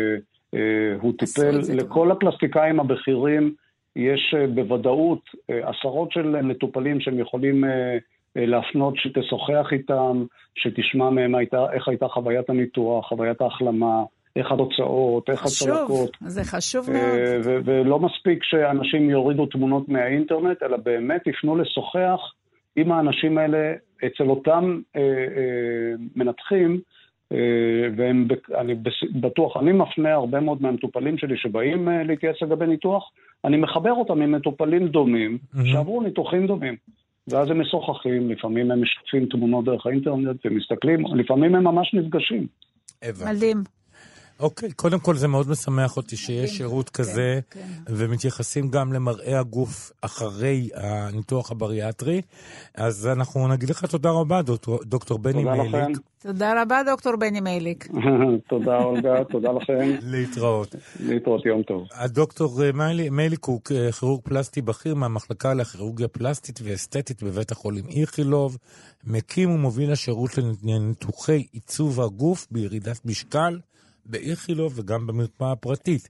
שהוא טיפל. לכל הפלסטיקאים הבכירים יש בוודאות עשרות של מטופלים שהם יכולים להפנות, שתשוחח איתם, שתשמע מהם איך הייתה חוויית הניתוח, חוויית ההחלמה, איך התוצאות, איך הצלקות. זה חשוב מאוד. ולא מספיק שאנשים יורידו תמונות מהאינטרנט, אלא באמת יפנו לשוחח עם האנשים האלה אצל אותם אה, אה, מנתחים, אה, ואני בטוח, אני מפנה הרבה מאוד מהמטופלים שלי שבאים אה, להתייעץ לגבי ניתוח, אני מחבר אותם עם מטופלים דומים, mm-hmm. שעברו ניתוחים דומים. ואז הם משוחחים, לפעמים הם משתפים תמונות דרך האינטרנט ומסתכלים, לפעמים הם ממש נפגשים. מדהים. אוקיי, קודם כל זה מאוד משמח אותי שיש שירות כזה, ומתייחסים גם למראה הגוף אחרי הניתוח הבריאטרי. אז אנחנו נגיד לך תודה רבה, דוקטור בני מייליק. תודה רבה, דוקטור בני מייליק. תודה, אולגה, תודה לכם. להתראות. להתראות, יום טוב. הדוקטור מייליק הוא כירורג פלסטי בכיר מהמחלקה לכירורגיה פלסטית ואסתטית בבית החולים איכילוב, מקים ומוביל השירות לניתוחי עיצוב הגוף בירידת משקל, באיכילוב וגם במרפאה הפרטית.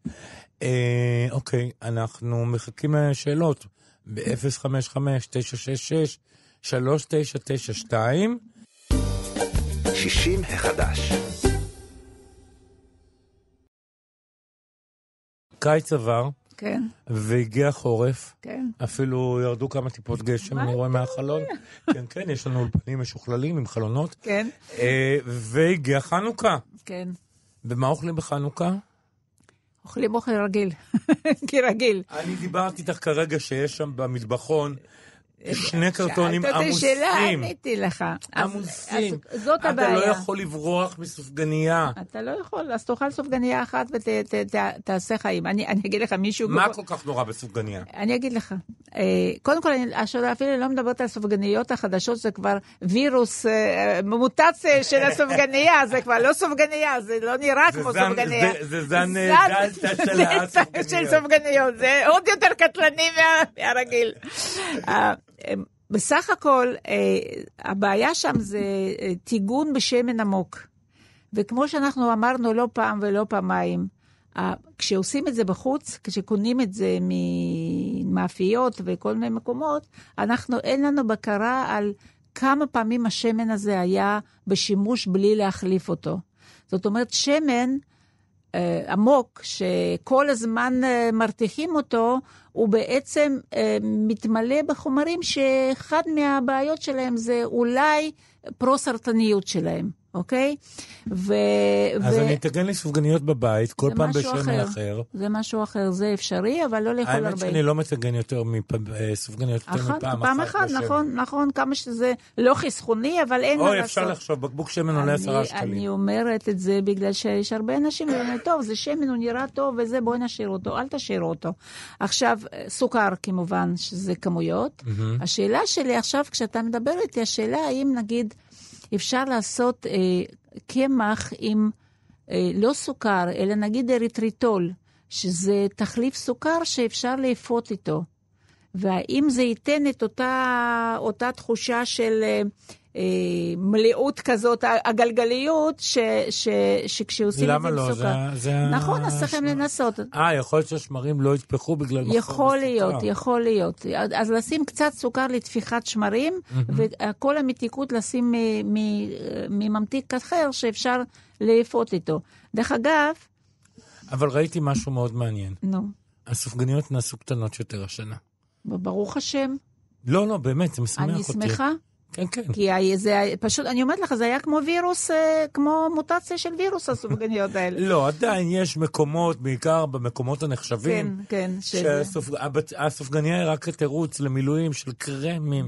אה, אוקיי, אנחנו מחכים לשאלות ב-אפס חמש חמש תשע שש שש שלוש תשע תשע שתיים. שישים החדש. קיץ עבר. כן. והגיע חורף. כן. אפילו ירדו כמה טיפות גשם, אני רואה מהחלון. כן, כן, יש לנו אולפנים משוכללים עם חלונות. כן. אה, והגיע חנוכה. כן. ומה אוכלים בחנוכה? אוכלים אוכל רגיל, כרגיל. אני דיברתי איתך כרגע שיש שם במטבחון שני קרטונים עמוסים. שאלת אותי שאלה, עניתי לך. עמוסים. זאת הבעיה. אתה לא יכול לברוח מסופגניה. אתה לא יכול, אז תאכל סופגניה אחת ותעשה חיים. אני אגיד לך מישהו... מה כל כך נורא בסופגניה? אני אגיד לך. קודם כל, השאלה אפילו לא מדברת על סופגניות החדשות, זה כבר וירוס, מוטציה של הסופגניה, זה כבר לא סופגניה, זה לא נראה כמו סופגניה. זה זן דלתה של סופגניות, זה עוד יותר קטלני מהרגיל. בסך הכל, הבעיה שם זה תיגון בשמן עמוק. וכמו שאנחנו אמרנו לא פעם ולא פעמיים, כשעושים את זה בחוץ, כשקונים את זה ממאפיות וכל מיני מקומות, אנחנו, אין לנו בקרה על כמה פעמים השמן הזה היה בשימוש בלי להחליף אותו. זאת אומרת, שמן עמוק, שכל הזמן מרתיחים אותו, הוא בעצם מתמלא בחומרים שאחד מהבעיות שלהם זה אולי פרו-סרטניות שלהם, אוקיי? ו... אז ו... אני אתגן לי סופגניות בבית, כל פעם בשמן אחר. אחר. זה משהו אחר, זה אפשרי, אבל לא לאכול הרבה. האמת שאני לא מתגן יותר מסופגניות יותר מפעם אחת. פעם אחת, נכון, נכון, כמה שזה לא חסכוני, אבל אין מה לעשות. אוי, אפשר לחשוב, בקבוק שמן עולה עשרה שקלים. אני אומרת את זה בגלל שיש הרבה אנשים, ואומרים, טוב, זה שמן, הוא נראה טוב, וזה, בואי נשאיר אותו, אל תשאיר אותו. עכשיו, סוכר, כמובן, שזה כמויות. השאלה שלי עכשיו, כשאתה מדבר איתי, השאלה האם נגיד, אפשר לעשות אה, קמח עם אה, לא סוכר, אלא נגיד אריתריטול, שזה תחליף סוכר שאפשר לאפות איתו. והאם זה ייתן את אותה, אותה תחושה של אה, אה, מלאות כזאת, הגלגליות, ש, ש, שכשעושים את זה לא? בסוכר. זה, זה נכון, אז צריכים לנסות. אה, יכול להיות שהשמרים לא יתפחו בגלל מחסור בסוכר. יכול להיות, יכול להיות. אז לשים קצת סוכר לתפיחת שמרים, וכל המתיקות לשים מממתיק אחר שאפשר לאפות איתו. דרך אגב... אבל ראיתי משהו מאוד מעניין. נו. הסופגניות נעשו קטנות יותר השנה. ברוך השם. לא, לא, באמת, זה משמח אותי. אני שמחה. כן, כן. כי זה פשוט, אני אומרת לך, זה היה כמו וירוס, כמו מוטציה של וירוס, הסופגניות האלה. לא, עדיין יש מקומות, בעיקר במקומות הנחשבים. כן, כן. שהסופגניה היא רק תירוץ למילואים של קרמים,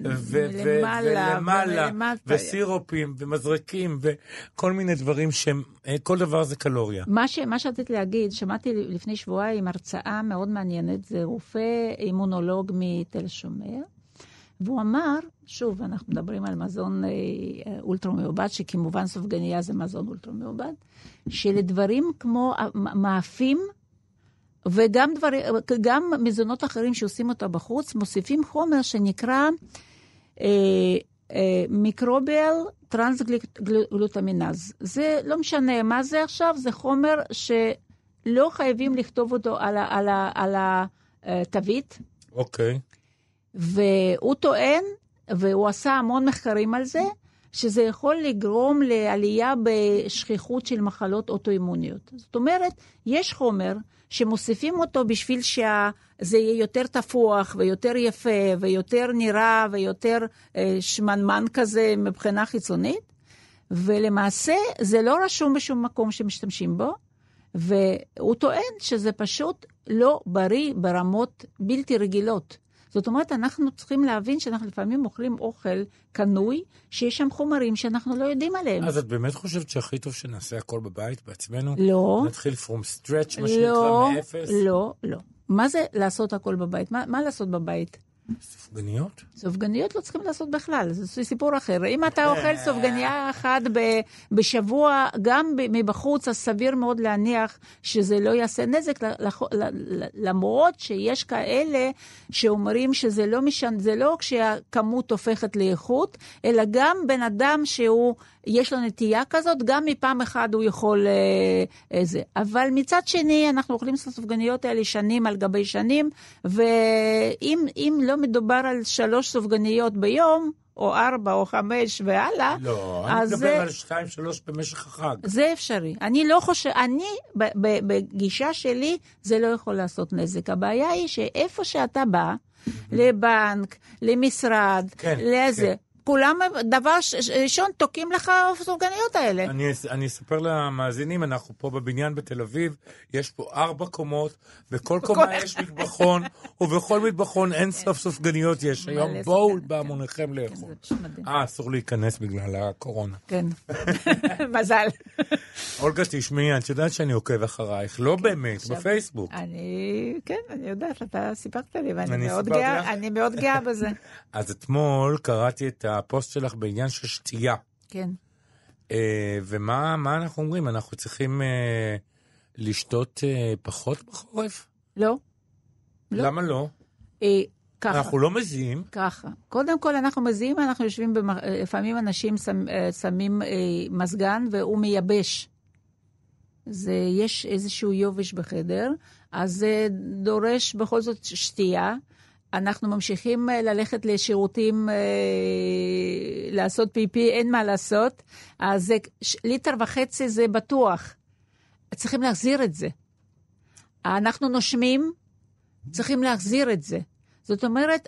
ולמעלה, וסירופים, ומזרקים, וכל מיני דברים שהם, כל דבר זה קלוריה. מה שרציתי להגיד, שמעתי לפני שבועיים הרצאה מאוד מעניינת, זה רופא אימונולוג מתל השומר, והוא אמר, שוב, אנחנו מדברים על מזון אה, אולטרה מעובד, שכמובן סופגניה זה מזון אולטרה מעובד, שלדברים כמו מאפים, וגם דברים, גם מזונות אחרים שעושים אותה בחוץ, מוסיפים חומר שנקרא אה, אה, מיקרוביאל טרנסגלוטמינז. זה לא משנה מה זה עכשיו, זה חומר שלא חייבים לכתוב אותו על, על, על התווית. אוקיי. Okay. והוא טוען, והוא עשה המון מחקרים על זה, שזה יכול לגרום לעלייה בשכיחות של מחלות אוטואימוניות. זאת אומרת, יש חומר שמוסיפים אותו בשביל שזה יהיה יותר תפוח ויותר יפה ויותר נראה ויותר אה, שמנמן כזה מבחינה חיצונית, ולמעשה זה לא רשום בשום מקום שמשתמשים בו, והוא טוען שזה פשוט לא בריא ברמות בלתי רגילות. זאת אומרת, אנחנו צריכים להבין שאנחנו לפעמים אוכלים אוכל קנוי, שיש שם חומרים שאנחנו לא יודעים עליהם. אז את באמת חושבת שהכי טוב שנעשה הכל בבית בעצמנו? לא. נתחיל from stretch, מה לא, שנקרא מאפס? לא, לא. מה זה לעשות הכל בבית? מה, מה לעשות בבית? סופגניות? סופגניות לא צריכים לעשות בכלל, זה סיפור אחר. אם אתה אוכל סופגניה אחת בשבוע, גם מבחוץ, אז סביר מאוד להניח שזה לא יעשה נזק, למרות שיש כאלה שאומרים שזה לא משנה, זה לא כשהכמות הופכת לאיכות, אלא גם בן אדם שהוא, יש לו נטייה כזאת, גם מפעם אחד הוא יכול איזה. אבל מצד שני, אנחנו אוכלים סופגניות האלה שנים על גבי שנים, ואם אם לא מדובר על שלוש סופגניות ביום, או ארבע או חמש והלאה, לא, אני מדבר זה, על שתיים, שלוש במשך החג. זה אפשרי. אני לא חושב, אני, בגישה שלי, זה לא יכול לעשות נזק. הבעיה היא שאיפה שאתה בא, לבנק, למשרד, כן, לזה, כן. כולם דבר ראשון תוקים לך הסופגניות האלה. אני, אני אספר למאזינים, אנחנו פה בבניין בתל אביב, יש פה ארבע קומות, בכל קומה יש מטבחון, ובכל מטבחון אין סוף סופגניות יש. היום בואו בהמוניכם לאכול. אה, אסור להיכנס בגלל הקורונה. כן, מזל. אולגה, תשמעי, את יודעת שאני עוקב אחרייך, לא באמת, בפייסבוק. אני, כן, אני יודעת, אתה סיפרת לי, ואני מאוד גאה בזה. אז אתמול קראתי את הפוסט שלך בעניין של שתייה. כן. אה, ומה מה אנחנו אומרים? אנחנו צריכים אה, לשתות אה, פחות בחורף? לא. למה לא? אה, ככה. אנחנו לא מזיעים. ככה. קודם כל אנחנו מזיעים, אנחנו יושבים, במח... לפעמים אנשים שם, שמים אה, מסגן והוא מייבש. זה, יש איזשהו יובש בחדר, אז זה דורש בכל זאת שתייה. אנחנו ממשיכים ללכת לשירותים, אה, לעשות פי פי, אין מה לעשות. אז זה, ליטר וחצי זה בטוח. צריכים להחזיר את זה. אנחנו נושמים, צריכים להחזיר את זה. זאת אומרת,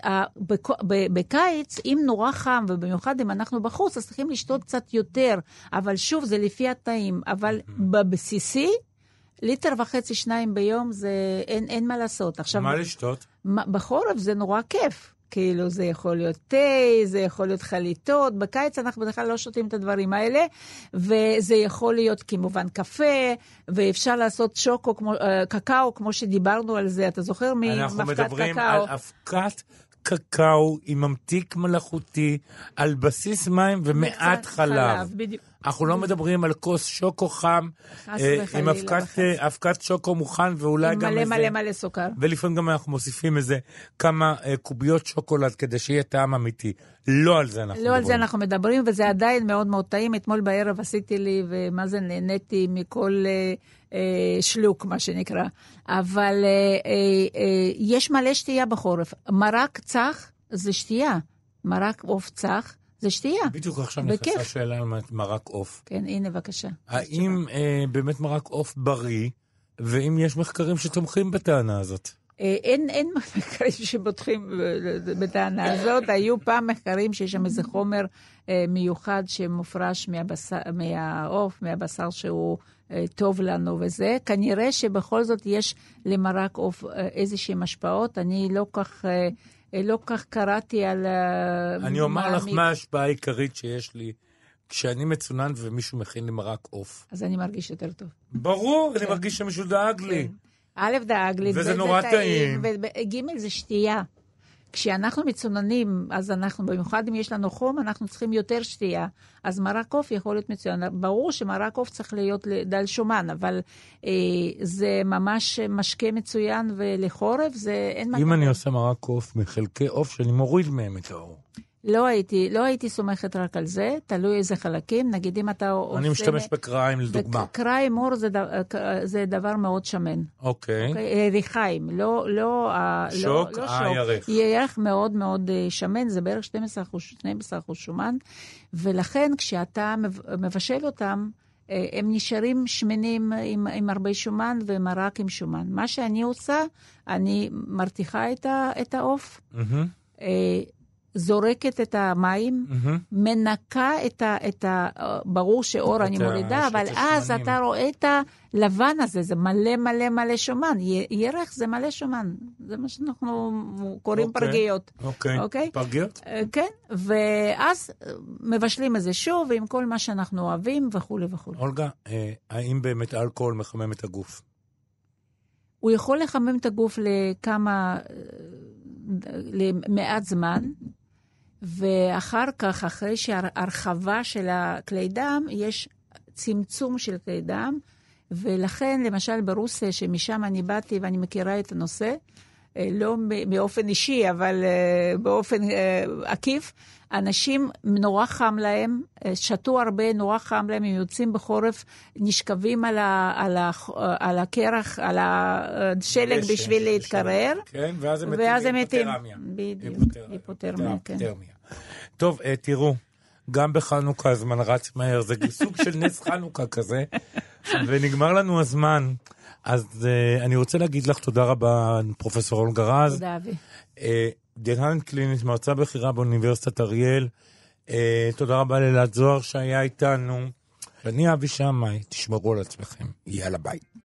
בקיץ, אם נורא חם, ובמיוחד אם אנחנו בחוץ, אז צריכים לשתות קצת יותר. אבל שוב, זה לפי התאים. אבל בבסיסי, ליטר וחצי, שניים ביום, זה אין, אין מה לעשות. עכשיו, מה לשתות? בחורף זה נורא כיף. כאילו זה יכול להיות תה, זה יכול להיות חליטות, בקיץ אנחנו בדרך כלל לא שותים את הדברים האלה, וזה יכול להיות כמובן קפה, ואפשר לעשות שוקו, כמו, קקאו, כמו שדיברנו על זה, אתה זוכר ממפקת קקאו? אנחנו מדברים על אבקת קקאו עם ממתיק מלאכותי, על בסיס מים ומעט חלב. חלב, בדיוק. אנחנו לא מדברים על כוס שוקו חם, עם אבקת שוקו מוכן, ואולי גם מלא איזה... מלא מלא סוכר. ולפעמים גם אנחנו מוסיפים איזה כמה קוביות שוקולד, כדי שיהיה טעם אמיתי. לא על זה אנחנו מדברים. לא על זה אנחנו מדברים, וזה עדיין מאוד מאוד טעים. אתמול בערב עשיתי לי, ומה זה נהניתי מכל שלוק, מה שנקרא. אבל יש מלא שתייה בחורף. מרק צח זה שתייה. מרק עוף צח. זה שתייה. בדיוק עכשיו נכנסה שאלה על מרק עוף. כן, הנה, בבקשה. האם אה, באמת מרק עוף בריא, ואם יש מחקרים שתומכים בטענה הזאת? אה, אין, אין מחקרים שבוטחים בטענה הזאת. היו פעם מחקרים שיש שם איזה חומר אה, מיוחד שמופרש מהבשר, מהעוף, מהבשר שהוא אה, טוב לנו וזה. כנראה שבכל זאת יש למרק עוף אה, איזושהי השפעות. אני לא כך... אה, לא כך קראתי על... אני אומר לך מה ההשפעה העיקרית שיש לי, כשאני מצונן ומישהו מכין לי מרק עוף. אז אני מרגיש יותר טוב. ברור, אני מרגיש שמישהו דאג לי. א' דאג לי, וזה נורא טעים. וג' זה שתייה. כשאנחנו מצוננים, אז אנחנו, במיוחד אם יש לנו חום, אנחנו צריכים יותר שתייה. אז מרק עוף יכול להיות מצוין. ברור שמרק עוף צריך להיות דל שומן, אבל אה, זה ממש משקה מצוין, ולחורף זה אין מה... אם אני עושה מרק עוף מחלקי עוף, שאני מוריד מהם את האור. לא הייתי, לא הייתי סומכת רק על זה, תלוי איזה חלקים, נגיד אם אתה עושה... אני משתמש בקריים לדוגמה. קריים אור זה, דבר, זה דבר מאוד שמן. אוקיי. אוקיי? ירחיים, לא, לא, שוק, לא, לא אה, שוק. ירח. ירח מאוד מאוד שמן, זה בערך שנים עשר אחוז, שנים עשר אחוז שומן, ולכן כשאתה מבשל אותם, הם נשארים שמנים עם, עם הרבה שומן ומרק עם שומן. מה שאני עושה, אני מרתיחה את, ה, את העוף, mm-hmm. זורקת את המים, mm-hmm. מנקה את ה, את ה... ברור שאור אני מולידה, אבל אז אתה רואה את הלבן הזה, זה מלא מלא מלא שומן. י, ירח זה מלא שומן. זה מה שאנחנו קוראים okay. פרגיות. אוקיי, okay. okay? פרגיות? כן, ואז מבשלים את זה שוב, עם כל מה שאנחנו אוהבים וכו' וכו'. אולגה, האם באמת אלכוהול מחמם את הגוף? הוא יכול לחמם את הגוף לכמה... למעט זמן, ואחר כך, אחרי שהרחבה של הכלי דם, יש צמצום של כלי דם, ולכן, למשל ברוסיה, שמשם אני באתי ואני מכירה את הנושא, לא באופן אישי, אבל באופן עקיף, אנשים נורא חם להם, שתו הרבה, נורא חם להם, הם יוצאים בחורף, נשכבים על, ה, על, ה, על הקרח, על השלג יש, בשביל יש, להתקרר. יש, כן, ואז הם מתים היפותרמיה. בדיוק, היפותרמיה, כן. טוב, תראו, גם בחנוכה הזמן רץ מהר, זה סוג של נס חנוכה כזה, ונגמר לנו הזמן. אז uh, אני רוצה להגיד לך תודה רבה, פרופסור אולגה רז. תודה, אבי. Uh, דיאטנית קלינית, מרצה בכירה באוניברסיטת אריאל. Uh, תודה רבה לאלעד זוהר שהיה איתנו. ואני אבי שמאי, תשמרו על עצמכם. יאללה ביי.